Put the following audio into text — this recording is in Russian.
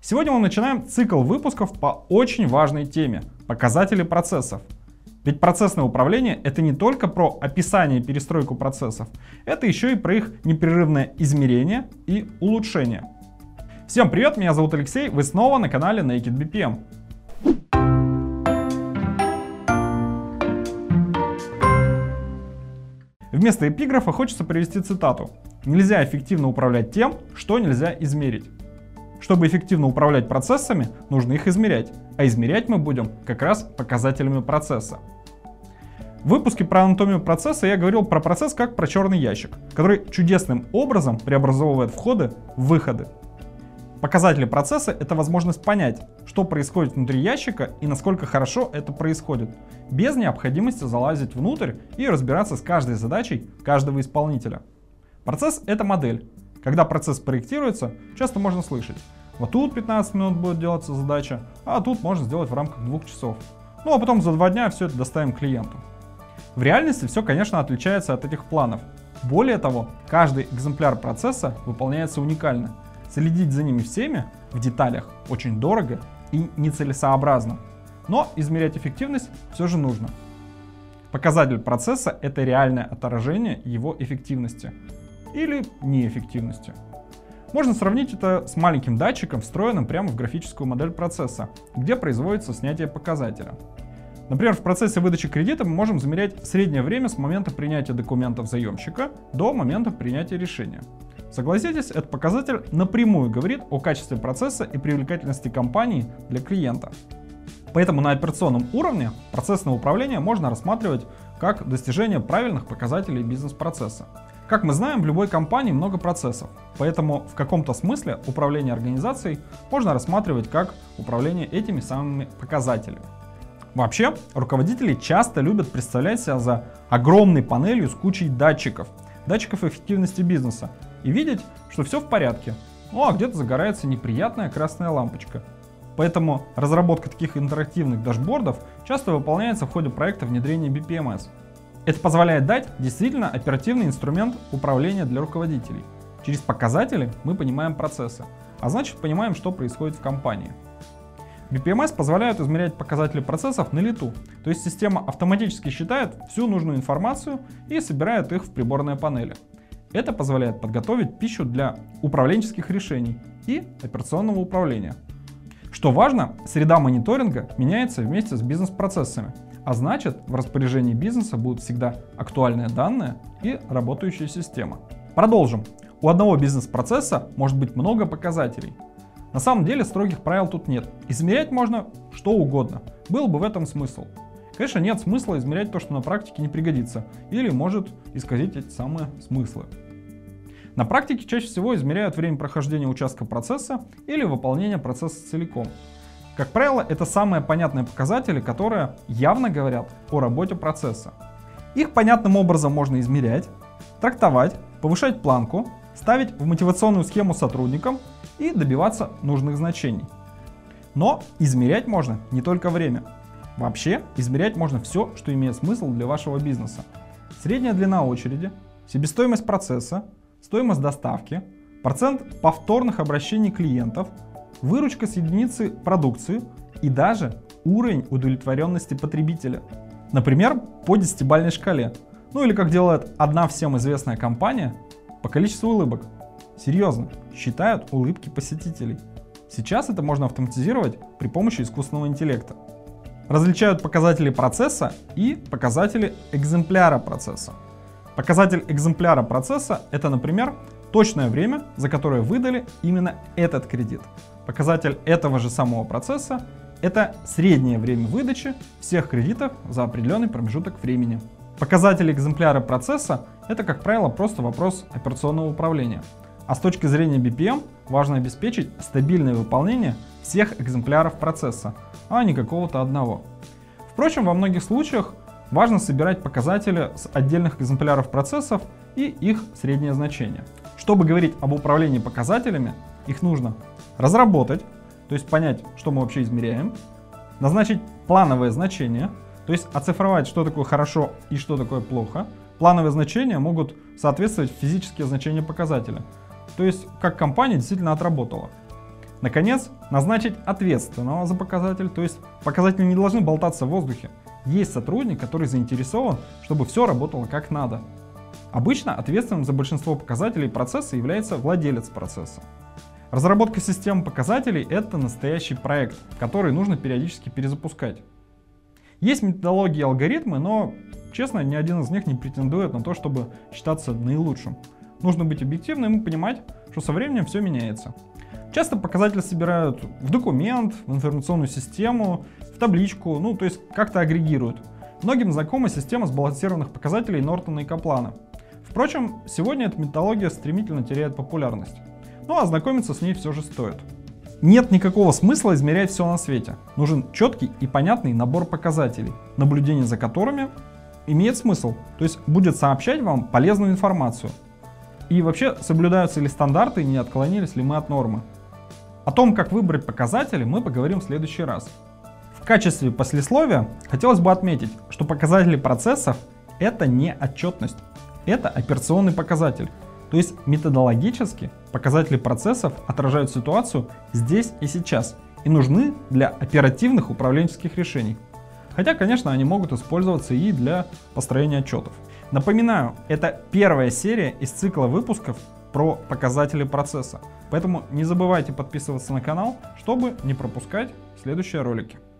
Сегодня мы начинаем цикл выпусков по очень важной теме – показатели процессов. Ведь процессное управление – это не только про описание и перестройку процессов, это еще и про их непрерывное измерение и улучшение. Всем привет, меня зовут Алексей, вы снова на канале Naked BPM. Вместо эпиграфа хочется привести цитату. Нельзя эффективно управлять тем, что нельзя измерить. Чтобы эффективно управлять процессами, нужно их измерять. А измерять мы будем как раз показателями процесса. В выпуске про анатомию процесса я говорил про процесс как про черный ящик, который чудесным образом преобразовывает входы в выходы. Показатели процесса — это возможность понять, что происходит внутри ящика и насколько хорошо это происходит, без необходимости залазить внутрь и разбираться с каждой задачей каждого исполнителя. Процесс — это модель. Когда процесс проектируется, часто можно слышать: вот тут 15 минут будет делаться задача, а тут можно сделать в рамках 2 часов. Ну а потом за 2 дня все это доставим клиенту. В реальности все, конечно, отличается от этих планов. Более того, каждый экземпляр процесса выполняется уникально. Следить за ними всеми в деталях очень дорого и нецелесообразно. Но измерять эффективность все же нужно. Показатель процесса — это реальное отражение его эффективности или неэффективности. Можно сравнить это с маленьким датчиком, встроенным прямо в графическую модель процесса, где производится снятие показателя. Например, в процессе выдачи кредита мы можем замерять среднее время с момента принятия документов заемщика до момента принятия решения. Согласитесь, этот показатель напрямую говорит о качестве процесса и привлекательности компании для клиента. Поэтому на операционном уровне процессное управление можно рассматривать как достижение правильных показателей бизнес-процесса. Как мы знаем, в любой компании много процессов, поэтому в каком-то смысле управление организацией можно рассматривать как управление этими самыми показателями. Вообще, руководители часто любят представлять себя за огромной панелью с кучей датчиков эффективности бизнеса, и видеть, что все в порядке, ну а где-то загорается неприятная красная лампочка. Поэтому разработка таких интерактивных дашбордов часто выполняется в ходе проекта внедрения BPMS. Это позволяет дать действительно оперативный инструмент управления для руководителей. Через показатели мы понимаем процессы, а значит понимаем, что происходит в компании. BPMS позволяет измерять показатели процессов на лету, то есть система автоматически считает всю нужную информацию и собирает их в приборной панели. Это позволяет подготовить пищу для управленческих решений и операционного управления. Что важно, среда мониторинга меняется вместе с бизнес-процессами, а значит, в распоряжении бизнеса будут всегда актуальные данные и работающая система. Продолжим. У одного бизнес-процесса может быть много показателей. На самом деле строгих правил тут нет. Измерять можно что угодно. Был бы в этом смысл. Конечно, нет смысла измерять то, что на практике не пригодится, или может исказить эти самые смыслы. На практике чаще всего измеряют время прохождения участка процесса или выполнения процесса целиком. Как правило, это самые понятные показатели, которые явно говорят о работе процесса. Их понятным образом можно измерять, трактовать, повышать планку, ставить в мотивационную схему сотрудникам и добиваться нужных значений. Но измерять можно не только время. Вообще, измерять можно все, что имеет смысл для вашего бизнеса. Средняя длина очереди, себестоимость процесса, стоимость доставки, процент повторных обращений клиентов, выручка с единицы продукции и даже уровень удовлетворенности потребителя. Например, по 10-бальной шкале. Ну или как делает одна всем известная компания, по количеству улыбок. Серьезно, считают улыбки посетителей. Сейчас это можно автоматизировать при помощи искусственного интеллекта. Различают показатели процесса и показатели экземпляра процесса. Показатель экземпляра процесса — это, например, точное время, за которое выдали именно этот кредит. Показатель этого же самого процесса — это среднее время выдачи всех кредитов за определенный промежуток времени. Показатель экземпляра процесса — это, как правило, просто вопрос операционного управления. А с точки зрения BPM важно обеспечить стабильное выполнение всех экземпляров процесса, а не какого-то одного. Впрочем, во многих случаях важно собирать показатели с отдельных экземпляров процессов и их среднее значение. Чтобы говорить об управлении показателями, их нужно разработать, то есть понять, что мы вообще измеряем, назначить плановое значение, то есть оцифровать, что такое хорошо и что такое плохо. Плановые значения могут соответствовать физические значения показателя, то есть как компания действительно отработала. Наконец, назначить ответственного за показатель, то есть показатели не должны болтаться в воздухе. Есть сотрудник, который заинтересован, чтобы все работало как надо. Обычно ответственным за большинство показателей процесса является владелец процесса. Разработка системы показателей — это настоящий проект, который нужно периодически перезапускать. Есть методологии и алгоритмы, но, честно, ни один из них не претендует на то, чтобы считаться наилучшим. Нужно быть объективным и понимать, что со временем все меняется. Часто показатели собирают в документ, в информационную систему, в табличку, то есть как-то агрегируют. Многим знакома система сбалансированных показателей Нортона и Каплана. Впрочем, сегодня эта методология стремительно теряет популярность. Но ознакомиться с ней все же стоит. Нет никакого смысла измерять все на свете. Нужен четкий и понятный набор показателей, наблюдение за которыми имеет смысл, то есть будет сообщать вам полезную информацию. И вообще, соблюдаются ли стандарты и не отклонились ли мы от нормы. О том, как выбрать показатели, мы поговорим в следующий раз. В качестве послесловия хотелось бы отметить, что показатели процессов — это не отчетность, это операционный показатель. То есть методологически показатели процессов отражают ситуацию здесь и сейчас и нужны для оперативных управленческих решений. Хотя, конечно, они могут использоваться и для построения отчетов. Напоминаю, это первая серия из цикла выпусков про показатели процесса. Поэтому не забывайте подписываться на канал, чтобы не пропускать следующие ролики.